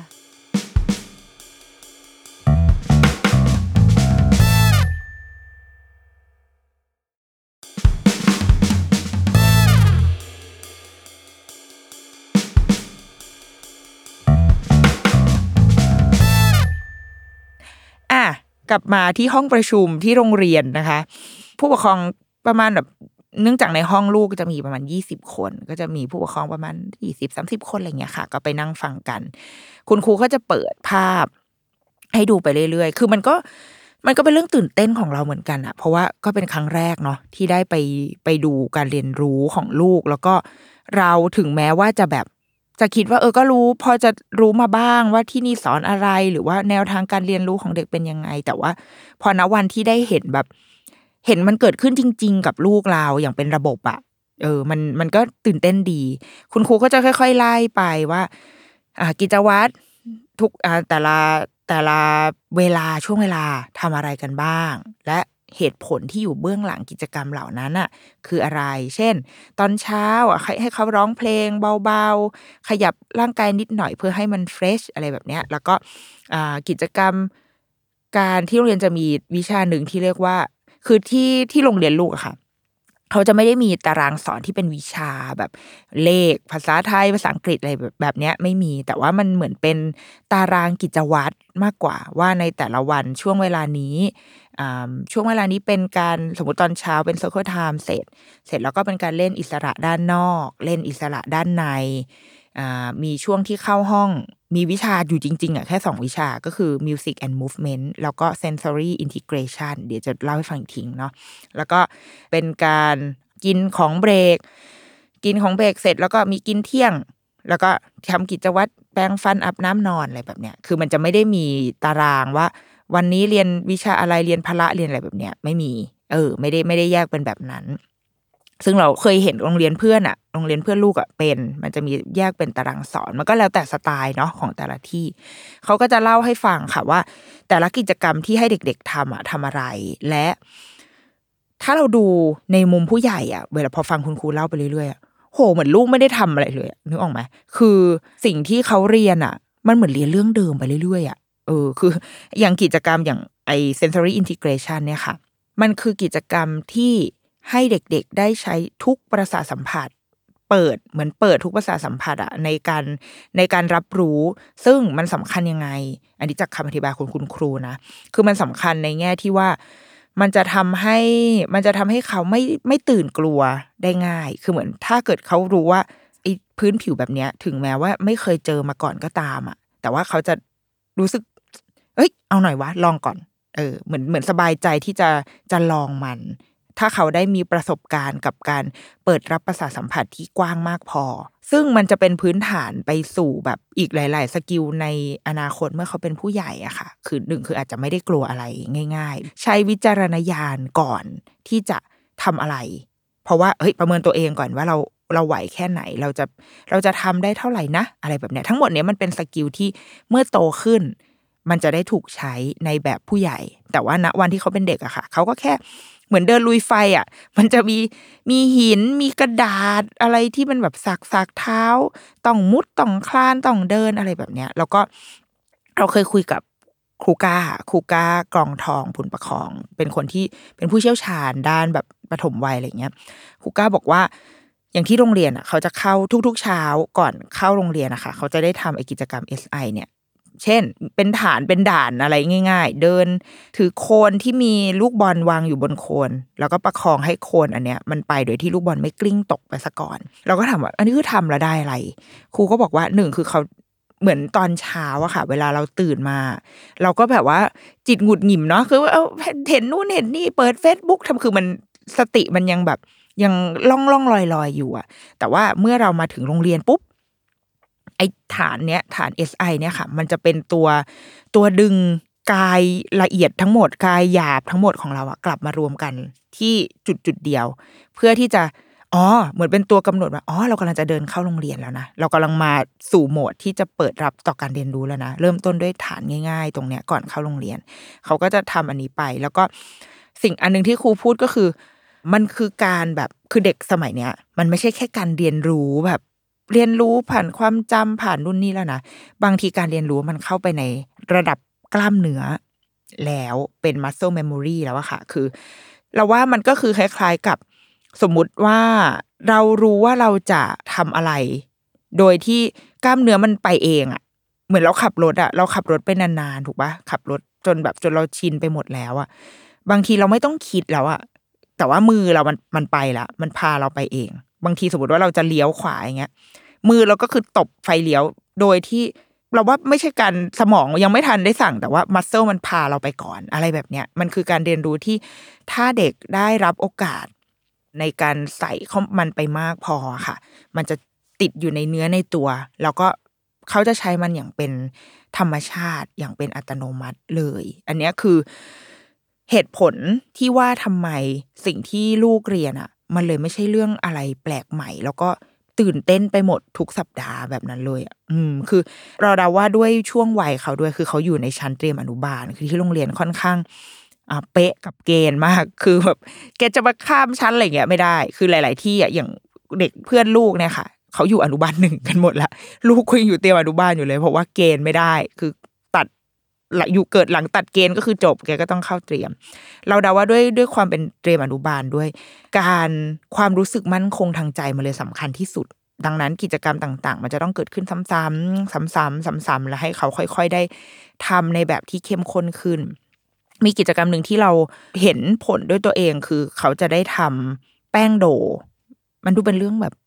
อ่ะกลับมาที่ห้องประชุมที่โรงเรียนนะคะผู้ปกครองประมาณแบบเนื่องจากในห้องลูกจะมีประมาณยี่สิบคนก็จะมีผู้ปกครองประมาณยี่สิบ สามสิบคนอะไรเงี้ยค่ะก็ไปนั่งฟังกันคุณครูก็จะเปิดภาพให้ดูไปเรื่อยๆคือมันก็มันก็เป็นเรื่องตื่นเต้นของเราเหมือนกันอะเพราะว่าก็เป็นครั้งแรกเนาะที่ได้ไปไปดูการเรียนรู้ของลูกแล้วก็เราถึงแม้ว่าจะแบบจะคิดว่าเออก็รู้พอจะรู้มาบ้างว่าที่นี่สอนอะไรหรือว่าแนวทางการเรียนรู้ของเด็กเป็นยังไงแต่ว่าพอณวันที่ได้เห็นแบบเห็นมันเกิดขึ้นจริงๆกับลูกเราอย่างเป็นระบบอะเออมันมันก็ตื่นเต้นดีคุณครูก็จะค่อยๆไล่ไปว่าอ่ากิจวัตรทุกอ่าแต่ละแต่ละเวลาช่วงเวลาทำอะไรกันบ้างและเหตุผลที่อยู่เบื้องหลังกิจกรรมเหล่านั้นน่ะคืออะไรเช่นตอนเช้าอ่ะให้เขาร้องเพลงเบาๆขยับร่างกายนิดหน่อยเพื่อให้มันเฟรชอะไรแบบเนี้ยแล้วก็อ่ากิจกรรมการที่โรงเรียนจะมีวิชาหนึ่งที่เรียกว่าคือที่ที่โรงเรียนลูกอะค่ะเขาจะไม่ได้มีตารางสอนที่เป็นวิชาแบบเลขภาษาไทยภาษาอังกฤษอะไรแบบแบบเนี้ยไม่มีแต่ว่ามันเหมือนเป็นตารางกิจวัตรมากกว่าว่าในแต่ละวันช่วงเวลานี้อ่าช่วงเวลานี้เป็นการสมมติตอนเช้าเป็น Circle Time เสร็จเสร็จแล้วก็เป็นการเล่นอิสระด้านนอกเล่นอิสระด้านในอ่ามีช่วงที่เข้าห้องมีวิชาอยู่จริงๆอ่ะแค่สองวิชาก็คือ Music and Movement แล้วก็ Sensory Integration เดี๋ยวจะเล่าให้ฟังอีกทีเนาะแล้วก็เป็นการกินของเบรกกินของเบรกเสร็จแล้วก็มีกินเที่ยงแล้วก็ทำกิจวัตรแปรงฟันอาบน้ำนอนอะไรแบบเนี้ยคือมันจะไม่ได้มีตารางว่าวันนี้เรียนวิชาอะไรเรียนพละเรียนอะไรแบบเนี้ยไม่มีเออไม่ได้ไม่ได้แยกเป็นแบบนั้นซึ่งเราเคยเห็นโรงเรียนเพื่อนอะโรงเรียนเพื่อนลูกอะเป็นมันจะมีแยกเป็นตารางสอนมันก็แล้วแต่สไตล์เนาะของแต่ละที่เขาก็จะเล่าให้ฟังค่ะว่าแต่ละกิจกรรมที่ให้เด็กๆทำอะทำอะไรและถ้าเราดูในมุมผู้ใหญ่อะเวลาพอฟังคุณครูเล่าไปเรื่อยๆโหเหมือนลูกไม่ได้ทำอะไรเลยนึกออกไหมคือสิ่งที่เขาเรียนอะมันเหมือนเรียนเรื่องเดิมไปเรื่อยๆอะเออคืออย่างกิจกรรมอย่างไอ้ sensory integration เนี่ยค่ะมันคือกิจกรรมที่ให้เด็กๆได้ใช้ทุกประสาทสัมผัสเปิดเหมือนเปิดทุกประสาทสัมผัสอะในการในการรับรู้ซึ่งมันสำคัญยังไงอันนี้จากคำอธิบายของคุณครูนะคือมันสำคัญในแง่ที่ว่ามันจะทำให้มันจะทำให้เขาไม่ไม่ตื่นกลัวได้ง่ายคือเหมือนถ้าเกิดเขารู้ว่าไอ้พื้นผิวแบบเนี้ยถึงแม้ว่าไม่เคยเจอมาก่อนก็ตามอะแต่ว่าเขาจะรู้สึกเอ้ยเอาหน่อยวะลองก่อนเออเหมือนเหมือนสบายใจที่จะจะลองมันถ้าเขาได้มีประสบการณ์กับการเปิดรับประสาทสัมผัสที่กว้างมากพอซึ่งมันจะเป็นพื้นฐานไปสู่แบบอีกหลายๆสกิลในอนาคตเมื่อเขาเป็นผู้ใหญ่อะค่ะคือหนึ่งคืออาจจะไม่ได้กลัวอะไรง่ายๆใช้วิจารณญาณก่อนที่จะทำอะไรเพราะว่าเฮ้ยประเมินตัวเองก่อนว่าเราเราไหวแค่ไหนเราจะเราจะทำได้เท่าไหร่นะอะไรแบบเนี้ยทั้งหมดเนี้ยมันเป็นสกิลที่เมื่อโตขึ้นมันจะได้ถูกใช้ในแบบผู้ใหญ่แต่ว่าณวันที่เขาเป็นเด็กอะค่ะเขาก็แค่เหมือนเดินลุยไฟอ่ะมันจะมีมีหินมีกระดาษอะไรที่มันแบบสักสักเท้าต้องมุดต้องคลานต้องเดินอะไรแบบเนี้ยแล้วก็เราเคยคุยกับครูก้าครูก้ากรองทองผุนประคองเป็นคนที่เป็นผู้เชี่ยวชาญด้านแบบปฐมวัยอะไรเงี้ยครูก้าบอกว่าอย่างที่โรงเรียนอ่ะเขาจะเข้าทุกๆเช้าก่อนเข้าโรงเรียนนะคะเขาจะได้ทำไอ้กิจกรรม เอส ไอ เนี่ยเช่นเป็นฐานเป็นด่านอะไรง่ายๆเดินถือโคนที่มีลูกบอลวางอยู่บนโคนแล้วก็ประคองให้โคนอันเนี้ยมันไปโดยที่ลูกบอลไม่กลิ้งตกไปซะก่อนเราก็ถามว่าอันนี้คือทำแล้วได้อะไรครูก็บอกว่าหนึ่งคือเขาเหมือนตอนเช้าอะค่ะเวลาเราตื่นมาเราก็แบบว่าจิตหงุดหงิดเนาะคือว่าเอาเห็นนู่นเห็นนี่เปิด Facebook ทำคือมันสติมันยังแบบยังล่องล่องลอยลอยอยู่อะแต่ว่าเมื่อเรามาถึงโรงเรียนปุ๊บไอ้ฐานเนี้ยฐาน เอส ไอ เนี่ยค่ะมันจะเป็นตัวตัวดึงกายละเอียดทั้งหมดกายหยาบทั้งหมดของเราอะกลับมารวมกันที่จุดจุดเดียวเพื่อที่จะอ๋อเหมือนเป็นตัวกำหนดว่าอ๋อเรากำลังจะเดินเข้าโรงเรียนแล้วนะเรากำลังมาสู่โหมดที่จะเปิดรับต่อการเรียนรู้แล้วนะเริ่มต้นด้วยฐานง่ายๆตรงเนี้ยก่อนเข้าโรงเรียนเขาก็จะทำอันนี้ไปแล้วก็สิ่งอันนึงที่ครูพูดก็คือมันคือการแบบคือเด็กสมัยเนี้ยมันไม่ใช่แค่การเรียนรู้แบบเรียนรู้ผ่านความจำผ่านรุ่นนี้แล้วนะบางทีการเรียนรู้มันเข้าไปในระดับกล้ามเนื้อแล้วเป็น muscle memory แล้วอะค่ะคือเราว่ามันก็คือคล้ายๆกับสมมุติว่าเรารู้ว่าเราจะทำอะไรโดยที่กล้ามเนื้อมันไปเองอะเหมือนเราขับรถอะเราขับรถไปนานๆถูกปะขับรถจนแบบจนเราชินไปหมดแล้วอะบางทีเราไม่ต้องคิดแล้วอะแต่ว่ามือเรามันมันไปละมันพาเราไปเองบางทีสมมติว่าเราจะเลี้ยวขวาอย่างเงี้ยมือเราก็คือตบไฟเลี้ยวโดยที่เราว่าไม่ใช่การสมองยังไม่ทันได้สั่งแต่ว่ามัสเซิลมันพาเราไปก่อนอะไรแบบเนี้ยมันคือการเรียนรู้ที่ถ้าเด็กได้รับโอกาสในการใส่เข้ามันไปมากพอค่ะมันจะติดอยู่ในเนื้อในตัวแล้วก็เขาจะใช้มันอย่างเป็นธรรมชาติอย่างเป็นอัตโนมัติเลยอันนี้คือเหตุผลที่ว่าทำไมสิ่งที่ลูกเรียนอ่ะมันเลยไม่ใช่เรื่องอะไรแปลกใหม่แล้วก็ตื่นเต้นไปหมดทุกสัปดาห์แบบนั้นเลยอ่ะอืมคือเราเดาว่าด้วยช่วงวัยเขาด้วยคือเขาอยู่ในชั้นเตรียมอนุบาลคือที่โรงเรียนค่อนข้างอ่าเป๊ะกับเกณฑ์มากคือแบบแกจะมาข้ามชั้นอะไรเงี้ยไม่ได้คือหลายๆที่อ่ะอย่างเด็กเพื่อนลูกเนี่ยค่ะเขาอยู่อนุบาลหนึ่งกันหมดละลูกคุยอยู่เตรียมอนุบาลอยู่เลยเพราะว่าเกณฑ์ไม่ได้คือตัดอยู่เกิดหลังตัดเกณฑ์ก็คือจบแกก็ต้องเข้าเตรียมเราเดาว่าด้วยด้วยความเป็นเตรียมอนุบาลด้วยการความรู้สึกมั่นคงทางใจมันเลยสำคัญที่สุดดังนั้นกิจกรรมต่างๆมันจะต้องเกิดขึ้นซ้ำๆซ้ำๆซ้ำๆแล้วให้เขาค่อยๆได้ทำในแบบที่เข้มข้นขึ้นมีกิจกรรมหนึ่งที่เราเห็นผลด้วยตัวเองคือเขาจะได้ทำแป้งโดมันดูเป็นเรื่องแบบ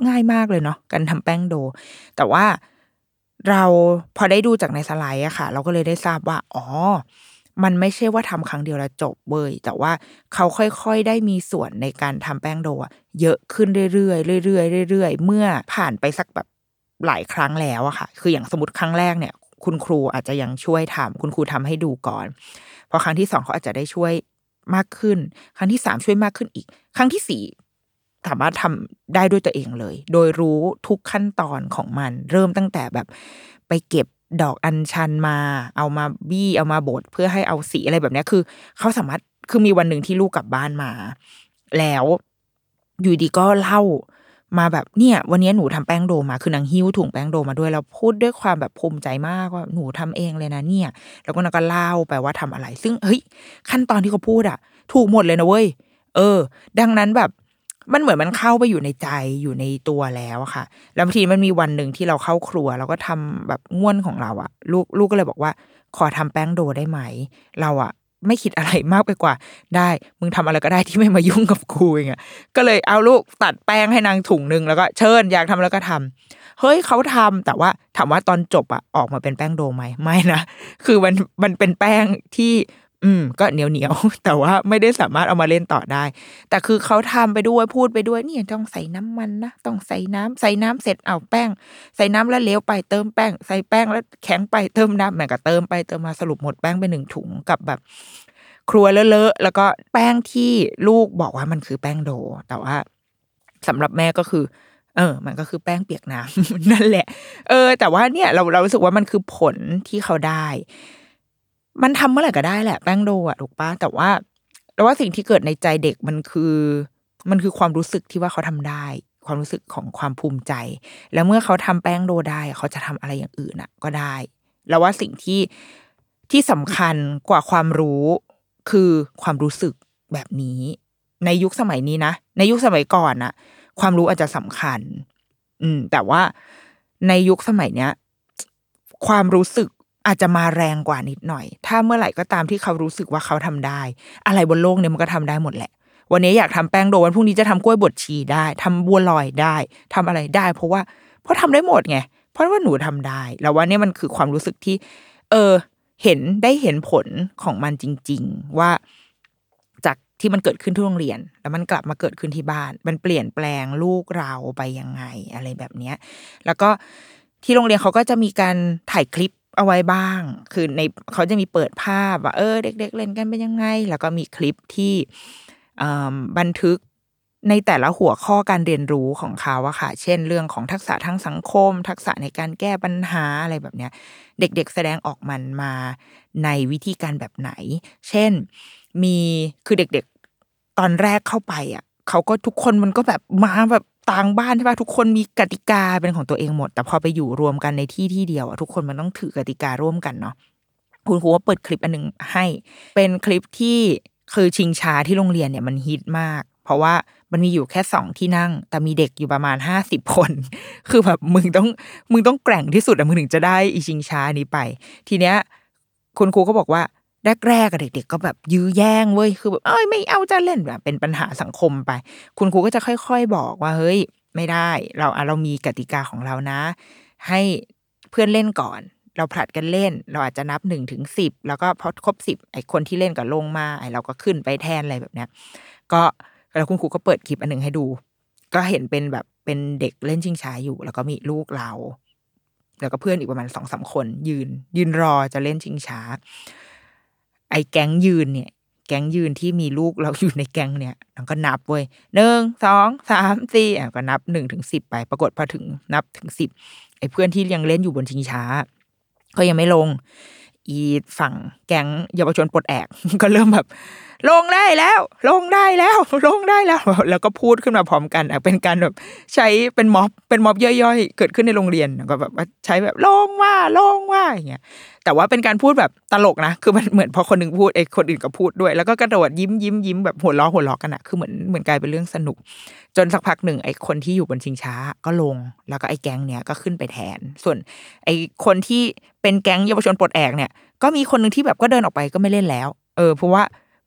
ง่ายมากเลยเนาะการทำแป้งโดแต่ว่าเราพอได้ดูจากในสไลด์อะค่ะเราก็เลยได้ทราบว่าอ๋อมันไม่ใช่ว่าทำครั้งเดียวแล้วจบเว้ยแต่ว่าเขาค่อยๆได้มีส่วนในการทำแป้งโดอะเยอะขึ้นเรื่อยๆเรื่อยๆเรื่อยๆเมื่อผ่านไปสักแบบหลายครั้งแล้วอะค่ะคืออย่างสมมติครั้งแรกเนี่ยคุณครูอาจจะยังช่วยทำคุณครูทำให้ดูก่อนพอครั้งที่สองเขาอาจจะได้ช่วยมากขึ้นครั้งที่สามช่วยมากขึ้นอีกครั้งที่สี่สามารถทำได้ด้วยตัวเองเลยโดยรู้ทุกขั้นตอนของมันเริ่มตั้งแต่แบบไปเก็บดอกอัญชันมาเอามาบี้เอามาบดเพื่อให้เอาสีอะไรแบบนี้คือเขาสามารถคือมีวันหนึ่งที่ลูกกลับบ้านมาแล้วอยู่ดีก็เล่ามาแบบเนี่ยวันนี้หนูทำแป้งโดมาคือนางหิ้วถุงแป้งโดมาด้วยแล้วพูดด้วยความแบบภูมิใจมากว่าหนูทำเองเลยนะเนี่ยแล้วก็นางก็เล่าไปว่าทำอะไรซึ่งเฮ้ยขั้นตอนที่เขาพูดอะถูกหมดเลยนะเว้ยเออดังนั้นแบบมันเหมือนมันเข้าไปอยู่ในใจอยู่ในตัวแล้วอะค่ะแล้วบางทีมันมีวันหนึ่งที่เราเข้าครัวแล้วก็ทำแบบง่วนของเราอะลูกลูกก็เลยบอกว่าขอทำแป้งโดได้ไหมเราอะไม่คิดอะไรมากไปกว่าได้มึงทำอะไรก็ได้ที่ไม่มายุ่งกับกูอย่างเงี้ยก็เลยเอาลูกตัดแป้งให้นางถุงนึงแล้วก็เชิญอยากทำแล้วก็ทำเฮ้ยเขาทำแต่ว่าถามว่าตอนจบอะออกมาเป็นแป้งโดไหมไม่นะคือมันมันเป็นแป้งที่อืมก็เหนียวเหนียวแต่ว่าไม่ได้สามารถเอามาเล่นต่อได้แต่คือเขาทำไปด้วยพูดไปด้วยเนี่ยต้องใส่น้ำมันนะต้องใส่น้ำใส่น้ำเสร็จเอาแป้งใส่น้ำแล้วเหลวไปเติมแป้งใส่แป้งแล้วแข็งไปเติมน้ำแม่ก็เติมไปเติมมาสรุปหมดแป้งไปหนึ่งถุงกับแบบครัวเลอะๆแล้วก็แป้งที่ลูกบอกว่ามันคือแป้งโดแต่ว่าสำหรับแม่ก็คือเออมันก็คือแป้งเปียกน้ำ นั่นแหละเออแต่ว่าเนี่ยเราเรารู้สึกว่ามันคือผลที่เขาได้มันทำเมื่อไหร่ก็ได้แหละแป้งโดอ่ะถูกปะแต่ว่าแต่ว่าสิ่งที่เกิดในใจเด็กมันคือมันคือความรู้สึกที่ว่าเขาทำได้ความรู้สึกของความภูมิใจแล้วเมื่อเขาทำแป้งโดได้เขาจะทำอะไรอย่างอื่นอ่ะก็ได้แล้วว่าสิ่งที่ที่สำคัญกว่าความรู้คือความรู้สึกแบบนี้ในยุคสมัยนี้นะในยุคสมัยก่อนน่ะความรู้อาจจะสำคัญอืมแต่ว่าในยุคสมัยเนี้ยความรู้สึกอาจจะมาแรงกว่านิดหน่อยถ้าเมื่อไหร่ก็ตามที่เขารู้สึกว่าเขาทำได้อะไรบนโลกนี้มันก็ทำได้หมดแหละวันนี้อยากทำแป้งโดวันพรุ่งนี้จะทำกล้วยบดชีได้ทำบัวลอยได้ทำอะไรได้เพราะว่าเพราะทำได้หมดไงเพราะว่าหนูทำได้แล้วว่านี่มันคือความรู้สึกที่เออเห็นได้เห็นผลของมันจริงๆว่าจากที่มันเกิดขึ้นที่โรงเรียนแล้วมันกลับมาเกิดขึ้นที่บ้านมันเปลี่ยนแปลงลูกเราไปยังไงอะไรแบบเนี้ยแล้วก็ที่โรงเรียนเขาก็จะมีการถ่ายคลิปเอาไว้บ้างคือในเขาจะมีเปิดภาพว่าเออเด็กๆเล่นกันเป็นยังไงแล้วก็มีคลิปที่บันทึกในแต่ละหัวข้อการเรียนรู้ของเขาอะค่ะเช่นเรื่องของทักษะทางสังคมทักษะในการแก้ปัญหาอะไรแบบเนี้ยเด็กๆแสดงออกมันมาในวิธีการแบบไหนเช่นมีคือเด็กๆตอนแรกเข้าไปอะเขาก็ทุกคนมันก็แบบมาแบบต่างบ้านใช่ป่ะทุกคนมีกติกาเป็นของตัวเองหมดแต่พอไปอยู่รวมกันในที่ที่เดียวอะทุกคนมันต้องถือกติการ่วมกันเนาะคุณครูว่าเปิดคลิปอันนึงให้เป็นคลิปที่คือชิงช้าที่โรงเรียนเนี่ยมันฮิตมากเพราะว่ามันมีอยู่แค่สองที่นั่งแต่มีเด็กอยู่ประมาณห้าสิบคนคือแบบมึงต้องมึงต้องแกร่งที่สุดอะมึงถึงจะได้อีชิงช้านี้ไปทีเนี้ยคุณครูก็บอกว่าแรกๆอะเด็กๆก็แบบยื้อแย่งเว้ยคือแบบเอ้ยไม่เอาจะเล่นแบบเป็นปัญหาสังคมไปคุณครูก็จะค่อยๆบอกว่าเฮ้ยไม่ได้เราเรามีกติกาของเรานะให้เพื่อนเล่นก่อนเราผลัดกันเล่นเราอาจจะนับหนึ่งถึงสิบแล้วก็พอครบสิบไอ้คนที่เล่นก็ลงมาไอ้เราก็ขึ้นไปแทนอะไรแบบเนี้ยก็แล้วคุณครูก็เปิดคลิปอันนึงให้ดูก็เห็นเป็นแบบเป็นเด็กเล่นชิงช้าอยู่แล้วก็มีลูกเราแล้วก็เพื่อนอีกประมาณ สองสาม คนยืนยืนรอจะเล่นชิงช้าไอ้แก๊งยืนเนี่ยแก๊งยืนที่มีลูกเราอยู่ในแก๊งเนี่ยมันก็นับเว้ยหนึ่ง สอง สาม สี่อ่ะก็นับหนึ่งถึงสิบไปปรากฏพอถึงนับถึงสิบไอ้เพื่อนที่ยังเล่นอยู่บนชิงช้าก็ยังไม่ลงอีฝั่งแก๊งเยาวชนปลดแอกก็เริ่มแบบลงได้แล้วลงได้แล้วลงได้แล้วแล้วก็พูดขึ้นมาพร้อมกันเป็นการแบบใช้เป็นม็อบเป็นม็อบย่อยๆเกิดขึ้นในโรงเรียนก็แบบว่าใช้แบบลงว่าลงว่าอย่างเงี้ยแต่ว่าเป็นการพูดแบบตลกนะคือมันเหมือนพอคนนึงพูดไอ้คนอื่นก็พูดด้วยแล้วก็กระโดดยิ้มยิ้มยิ้มแบบหัวล้อหัวล้อกันอะคือเหมือนเหมือนกลายเป็นเรื่องสนุกจนสักพักหนึ่งไอ้คนที่อยู่บนชิงช้าก็ลงแล้วก็ไอ้แก๊งเนี้ยก็ขึ้นไปแทนส่วนไอ้คนที่เป็นแก๊งเยาวชนปลดแอกเนี่ยก็มีคนนึงที่แบบก็เดินออกไปก็ไม่เล่นแล้วเออเพราะว่า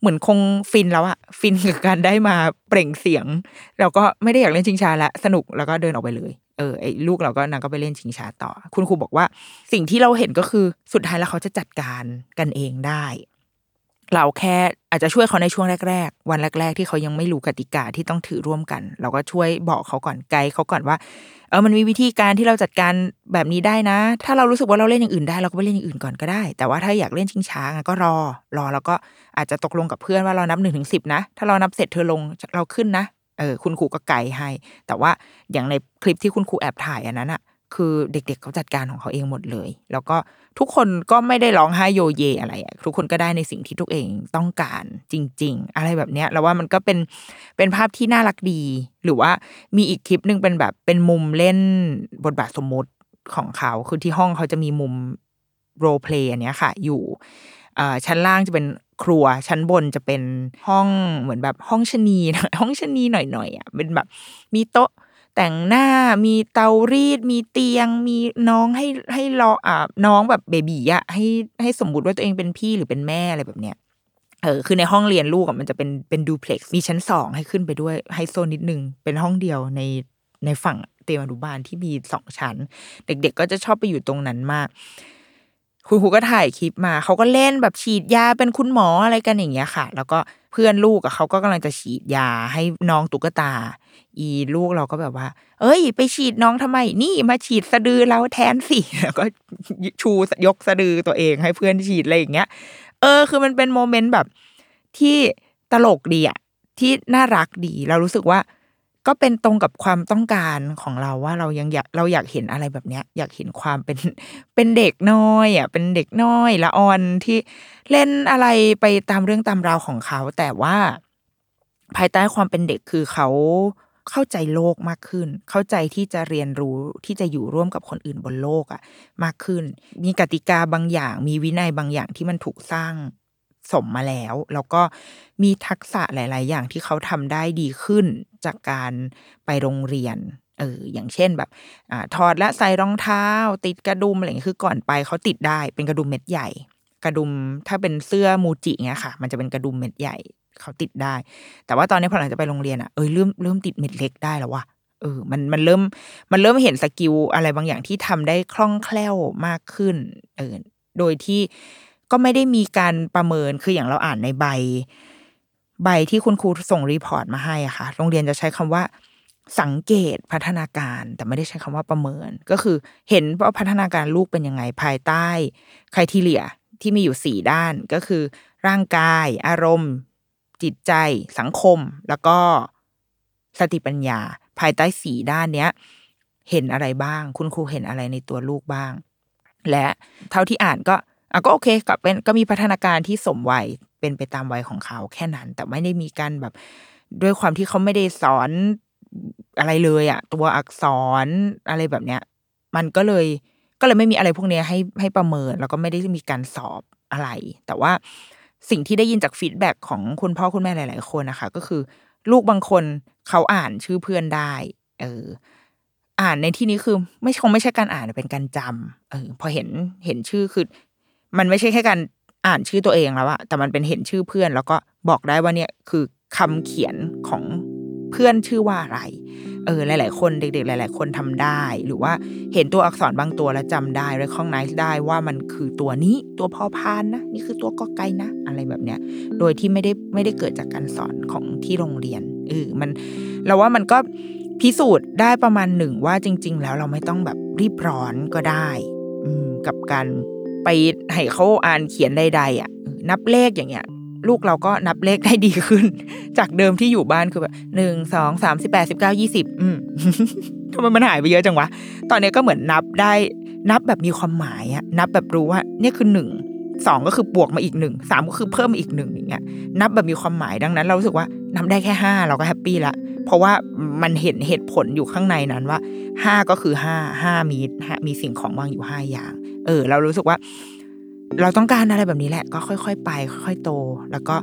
เหมือนคงฟินแล้วอะฟินกับการได้มาเปล่งเสียงแล้วก็ไม่ได้อยากเล่นชิงช้าละสนุกแล้วก็เดินออกไปเลยเออไอ้ลูกเราก็นางก็ไปเล่นชิงช้าต่อคุณครูบอกว่าสิ่งที่เราเห็นก็คือสุดท้ายแล้วเขาจะจัดการกันเองได้เราแค่อาจจะช่วยเขาในช่วงแรกๆวันแรกๆที่เขายังไม่รู้กติกาที่ต้องถือร่วมกันเราก็ช่วยบอกเขาก่อนไกด์เขาก่อนว่าเออมันมีวิธีการที่เราจัดการแบบนี้ได้นะถ้าเรารู้สึกว่าเราเล่นอย่างอื่นได้เราก็ไปเล่นอย่างอื่นก่อนก็ได้แต่ว่าถ้าอยากเล่นชิงช้าก็รอรอแล้วก็อาจจะตกลงกับเพื่อนว่าเรานับหนึ่งถึงสิบนะถ้าเรานับเสร็จเธอลงเราขึ้นนะเออคุณครูก็ไกด์ให้แต่ว่าอย่างในคลิปที่คุณครูแอบถ่ายอันนั้นอ่ะคือเด็กๆเขาจัดการของเขาเองหมดเลยแล้วก็ทุกคนก็ไม่ได้ร้องไห้โยเยอะไรอ่ะทุกคนก็ได้ในสิ่งที่ทุกเองต้องการจริงๆอะไรแบบเนี้ยแล้วว่ามันก็เป็นเป็นภาพที่น่ารักดีหรือว่ามีอีกคลิปนึงเป็นแบบเป็นมุมเล่นบทบาทสมมุติของเขาคือที่ห้องเขาจะมีมุมโรลเพลย์อันเนี้ยค่ะอยู่อ่าชั้นล่างจะเป็นครัวชั้นบนจะเป็นห้องเหมือนแบบห้องชะนีห้องชะนีหน่อยๆอ่ะเป็นแบบมีโต๊ะแต่งหน้ามีเตารีดมีเตียงมีน้องให้ให้รออ่าน้องแบบเบบีอ่ะให้ให้สมมุติว่าตัวเองเป็นพี่หรือเป็นแม่อะไรแบบเนี้ยเออคือในห้องเรียนลูกอ่ะมันจะเป็นเป็นดูเพล็กซ์มีชั้นสองให้ขึ้นไปด้วยไฮโซนิดนึงเป็นห้องเดียวในในฝั่งเตรียมอนุบาลที่มีสองชั้นเด็กๆก็จะชอบไปอยู่ตรงนั้นมากคุณครูก็ถ่ายคลิปมาเขาก็เล่นแบบฉีดยาเป็นคุณหมออะไรกันอย่างเงี้ยค่ะแล้วก็เพื่อนลูกอ่ะเขาก็กำลังจะฉีดยาให้น้องตุ๊กตาอีลูกเราก็แบบว่าเอ้ยไปฉีดน้องทำไมนี่มาฉีดสะดือเราแทนสิแล้วก็ชูยกสะดือตัวเองให้เพื่อนฉีดอะไรอย่างเงี้ยเออคือมันเป็นโมเมนต์แบบที่ตลกดีอ่ะที่น่ารักดีเรารู้สึกว่าก็เป็นตรงกับความต้องการของเราว่าเรายังอยากเราอยากเห็นอะไรแบบเนี้ยอยากเห็นความเป็นเป็นเด็กน้อยอ่ะเป็นเด็กน้อยละอ่อนที่เล่นอะไรไปตามเรื่องตามราวของเขาแต่ว่าภายใต้ความเป็นเด็กคือเขาเข้าใจโลกมากขึ้นเข้าใจที่จะเรียนรู้ที่จะอยู่ร่วมกับคนอื่นบนโลกอ่ะมากขึ้นมีกติกาบางอย่างมีวินัยบางอย่างที่มันถูกสร้างสมมาแล้วแล้วก็มีทักษะหลายๆอย่างที่เขาทำได้ดีขึ้นจากการไปโรงเรียนเอออย่างเช่นแบบอ่าถอดและใส่รองเท้าติดกระดุมอะไรอย่างเงี้ยคือก่อนไปเขาติดได้เป็นกระดุมเม็ดใหญ่กระดุมถ้าเป็นเสื้อมูจิเงี้ยค่ะมันจะเป็นกระดุมเม็ดใหญ่เขาติดได้แต่ว่าตอนนี้พอหลังจะไปโรงเรียนอ่ะเออเริ่มเริ่มติดเม็ดเล็กได้แล้วว่ะเออมันมันเริ่มมันเริ่มเห็นสกิลอะไรบางอย่างที่ทำได้คล่องแคล่วมากขึ้นเออโดยที่ก็ไม่ได้มีการประเมินคืออย่างเราอ่านในใบใบที่คุณครูส่งรีพอร์ตมาให้อ่ะค่ะโรงเรียนจะใช้คำว่าสังเกตพัฒนาการแต่ไม่ได้ใช้คำว่าประเมินก็คือเห็นว่าพัฒนาการลูกเป็นยังไงภายใต้ไครทีเรียที่มีอยู่สี่ด้านก็คือร่างกายอารมณ์จิตใจสังคมแล้วก็สติปัญญาภายใต้สี่ด้านเนี้ยเห็นอะไรบ้างคุณครูเห็นอะไรในตัวลูกบ้างและเท่าที่อ่านก็อ่ะก็โอเคก็เป็นก็มีพัฒนาการที่สมวัยเป็นไปตามวัยของเขาแค่นั้นแต่ไม่ได้มีการแบบด้วยความที่เขาไม่ได้สอนอะไรเลยอ่ะตัวอักษรอะไรแบบเนี้ยมันก็เลยก็เลยไม่มีอะไรพวกนี้ให้ให้ประเมินแล้วก็ไม่ได้มีการสอบอะไรแต่ว่าสิ่งที่ได้ยินจากฟีดแบ็กของคุณพ่อคุณแม่หลายๆคนนะคะก็คือลูกบางคนเขาอ่านชื่อเพื่อนได้เอออ่านในที่นี้คือไม่คงไม่ใช่การอ่านเป็นการจำเออพอเห็นเห็นชื่อคือมันไม่ใช่แค่การอ่านชื่อตัวเองแล้วอะแต่มันเป็นเห็นชื่อเพื่อนแล้วก็บอกได้ว่าเนี่ยคือคำเขียนของเพื่อนชื่อว่าอะไรเออหลายๆคนเด็กๆหลายๆคนทำได้หรือว่าเห็นตัวอักษรบางตัวแล้วจำได้ recognize ได้ว่ามันคือตัวนี้ตัวพอพานนะนี่คือตัวกอไก่นะอะไรแบบเนี้ยโดยที่ไม่ได้ไม่ได้เกิดจากการสอนของที่โรงเรียนเออมันเราว่ามันก็พิสูจน์ได้ประมาณหนึ่งว่าจริงๆแล้วเราไม่ต้องแบบรีบร้อนก็ได้อืมกับการไปให้เขาอ่านเขียนใดๆอ่ะนับเลขอย่างเงี้ยลูกเราก็นับเลขได้ดีขึ้นจากเดิมที่อยู่บ้านคือแบบหนึ่งสองสามสิบแปดสิบเก้ายี่สิบอืมทำไมมันหายไปเยอะจังวะตอนนี้ก็เหมือนนับได้นับแบบมีความหมายอะนับแบบรู้ว่าเนี่ยคือหนึ่งสองก็คือบวกมาอีกหนึ่งสามก็คือเพิ่มมาอีกหนึ่งอย่างเงี้ยนับแบบมีความหมายดังนั้นเรารู้สึกว่านับได้แค่ห้าเราก็แฮปปี้ละเพราะว่ามันเห็นเหตุผลอยู่ข้างในนั้นว่าห้าก็คือห้าห้ามีมีสิ่งของวางอยู่ห้าอย่างเออเรารู้สึกว่าเราต้องการอะไรแบบนี้แหละก็ค่อยๆไปค่อยๆโตแล้วก็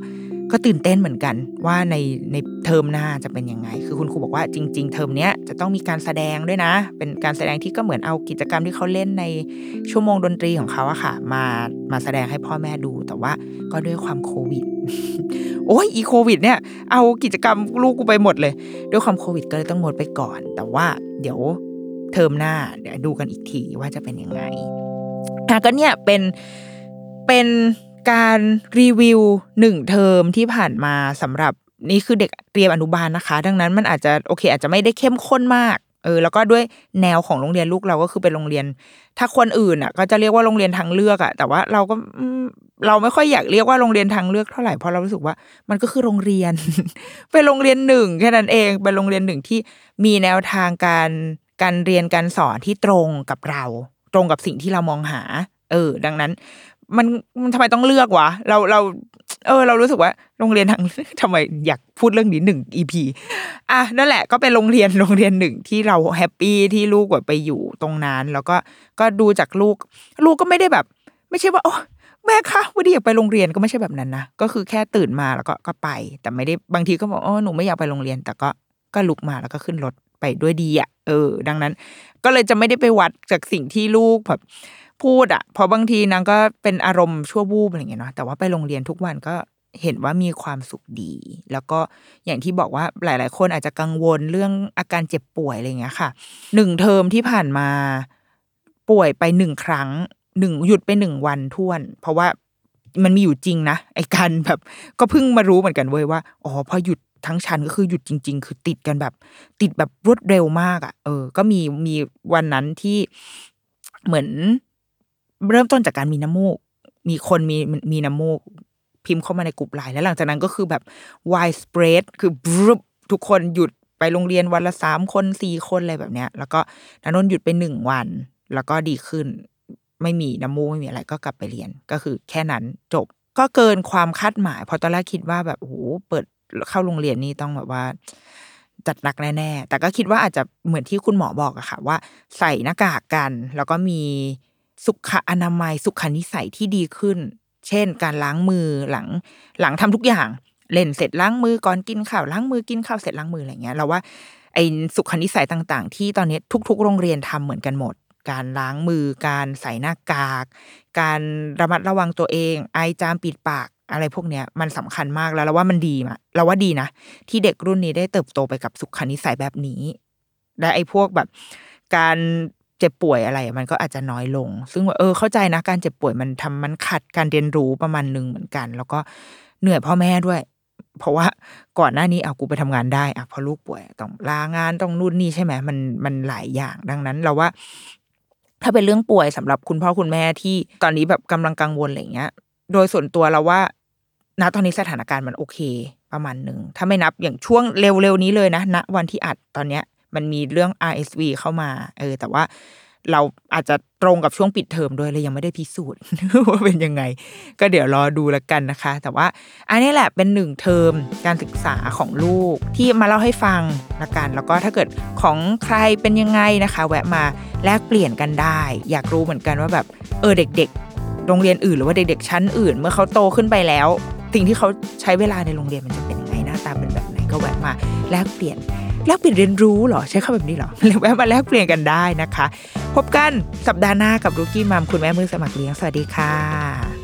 ก็ตื่นเต้นเหมือนกันว่าในในเทอมหน้าจะเป็นยังไงคือคุณครูบอกว่าจริงๆเทอมเนี้ยจะต้องมีการแสดงด้วยนะเป็นการแสดงที่ก็เหมือนเอากิจกรรมที่เขาเล่นในชั่วโมงดนตรีของเขาอะค่ะมามาแสดงให้พ่อแม่ดูแต่ว่าก็ด้วยความโควิด โอ้ยอีโควิดเนี่ยเอากิจกรรมลูกกูไปหมดเลยด้วยความโควิดก็เลยต้องงดไปก่อนแต่ว่าเดี๋ยวเทอมหน้าเดี๋ยวดูกันอีกทีว่าจะเป็นยังไงอ่ะก็เนี่ยเป็นเป็นการรีวิวหนึ่งเทอมที่ผ่านมาสำหรับนี่คือเด็กเตรียมอนุบาลนะคะดังนั้นมันอาจจะโอเคอาจจะไม่ได้เข้มข้นมากเออแล้วก็ด้วยแนวของโรงเรียนลูกเราก็คือเป็นโรงเรียนถ้าคนอื่นอ่ะก็จะเรียกว่าโรงเรียนทางเลือกอ่ะแต่ว่าเราก็เราไม่ค่อยอยากเรียกว่าโรงเรียนทางเลือกเท่าไหร่เพราะเรารู้สึกว่ามันก็คือโรงเรียน เป็นโรงเรียนหนึ่งแค่นั้นเองเป็นโรงเรียนหนึ่งที่มีแนวทางการการเรียนการสอนที่ตรงกับเราตรงกับสิ่งที่เรามองหาเออดังนั้นมันมันทำไมต้องเลือกวะเราเราเออเรารู้สึกว่าโรงเรียนทางทำไมอยากพูดเรื่องนี้หนึ่ง อี พี อ่ะนั่นแหละก็เป็นโรงเรียนโรงเรียนหนึ่งที่เราแฮปปี้ที่ลูกแบบไปอยู่ตรงนั้นแล้วก็ก็ดูจากลูกลูกก็ไม่ได้แบบไม่ใช่ว่าโอ้แม่คะวันนี้อยากไปโรงเรียนก็ไม่ใช่แบบนั้นนะก็คือแค่ตื่นมาแล้วก็ก็ไปแต่ไม่ได้บางทีก็บอกอ๋อหนูไม่อยากไปโรงเรียนแต่ก็ก็ลุกมาแล้วก็ขึ้นรถไปด้วยดีอ่ะเออดังนั้นก็เลยจะไม่ได้ไปวัดจากสิ่งที่ลูกแบบพูดอ่ะเพราะบางทีนางก็เป็นอารมณ์ชั่ววูบอะไรอย่างเงี้ยเนาะแต่ว่าไปโรงเรียนทุกวันก็เห็นว่ามีความสุขดีแล้วก็อย่างที่บอกว่าหลายๆคนอาจจะกังวลเรื่องอาการเจ็บป่วยอะไรอย่างเงี้ยค่ะหนึ่งเทอมที่ผ่านมาป่วยไปหนึ่งครั้งหนึ่งหยุดไปหนึ่งวันท่วนเพราะว่ามันมีอยู่จริงนะไอ้การแบบก็เพิ่งมารู้เหมือนกันเว้ยว่าอ๋อพอหยุดทั้งชั้นก็คือหยุดจริงๆคือติดกันแบบติดแบบรวดเร็วมากอ่ะเออก็มีมีวันนั้นที่เหมือนเริ่มต้นจากการมีน้ำมูกมีคนมีมีน้ำมูกพิมพ์เข้ามาในกลุ่มไลน์แล้วหลังจากนั้นก็คือแบบ wide spread คือทุกคนหยุดไปโรงเรียนวันละสามคนสี่คนอะไรแบบเนี้ยแล้วก็ณนนท์หยุดไปหนึ่งวันแล้วก็ดีขึ้นไม่มีน้ำมูกไม่มีอะไรก็กลับไปเรียนก็คือแค่นั้นจบก็เกินความคาดหมายเพราะตอนแรกคิดว่าแบบโอ้โหเปิดเข้าโรงเรียนนี่ต้องแบบว่าจัดหนักแน่ๆแต่ก็คิดว่าอาจจะเหมือนที่คุณหมอบอกอะค่ะว่าใส่หน้ากากกันแล้วก็มีสุขอนามัยสุขนิสัยที่ดีขึ้นเช่นการล้างมือหลังหลังทำทุกอย่างเล่นเสร็จล้างมือก่อนกินข้าวล้างมือกินข้าวเสร็จล้างมืออะไรเงี้ยเราว่าไอ้สุขนิสัยต่างๆที่ตอนนี้ทุกๆโรงเรียนทำเหมือนกันหมดการล้างมือการใส่หน้ากากการระมัดระวังตัวเองไอจามปิดปากอะไรพวกเนี้ยมันสำคัญมากแล้วเราว่ามันดีมาเราว่าดีนะที่เด็กรุ่นนี้ได้เติบโตไปกับสุขนิสัยแบบนี้และไอ้พวกแบบการเจ็บป่วยอะไรมันก็อาจจะน้อยลงซึ่งว่าเออเข้าใจนะการเจ็บป่วยมันทำมันขัดการเรียนรู้ประมาณนึงเหมือนกันแล้วก็เหนื่อยพ่อแม่ด้วยเพราะว่าก่อนหน้านี้เอากูไปทำงานได้อ่ะพอลูกป่วยต้องลางานต้องนู่นนี่ใช่ไหมมันมันหลายอย่างดังนั้นเราว่าถ้าเป็นเรื่องป่วยสำหรับคุณพ่อคุณแม่ที่ตอนนี้แบบกำลังกังวลอะไรเงี้ยโดยส่วนตัวเราว่าณตอนนี้สถานการณ์มันโอเคประมาณนึงถ้าไม่นับอย่างช่วงเร็วๆนี้เลยนะณวันที่อัดตอนเนี้ยมันมีเรื่อง อาร์ เอส วี เข้ามาเออแต่ว่าเราอาจจะตรงกับช่วงปิดเทอมด้วยเลยยังไม่ได้พิสูจน์ ว่าเป็นยังไงก็เดี๋ยวรอดูแล้วกันนะคะแต่ว่าอันนี้แหละเป็นหนึ่งเทอมการศึกษาของลูกที่มาเล่าให้ฟังละกันแล้วก็ถ้าเกิดของใครเป็นยังไงนะคะแวะมาแลกเปลี่ยนกันได้อยากรู้เหมือนกันว่าแบบเออเด็กๆโรงเรียนอื่นหรือว่าเด็กๆชั้นอื่นเมื่อเขาโตขึ้นไปแล้วสิ่งที่เขาใช้เวลาในโรงเรียนมันจะเป็นยังไงหน้าตาเป็นแบบไหนก็แวะมาแลกเปลี่ยนแลกเปลี่ยนเรียนรู้เหรอใช้คำแบบนี้เหรอแวะมาแลกเปลี่ยนกันได้นะคะพบกันสัปดาห์หน้ากับรูกี้มัมคุณแม่มือสมัครเลี้ยงสวัสดีค่ะ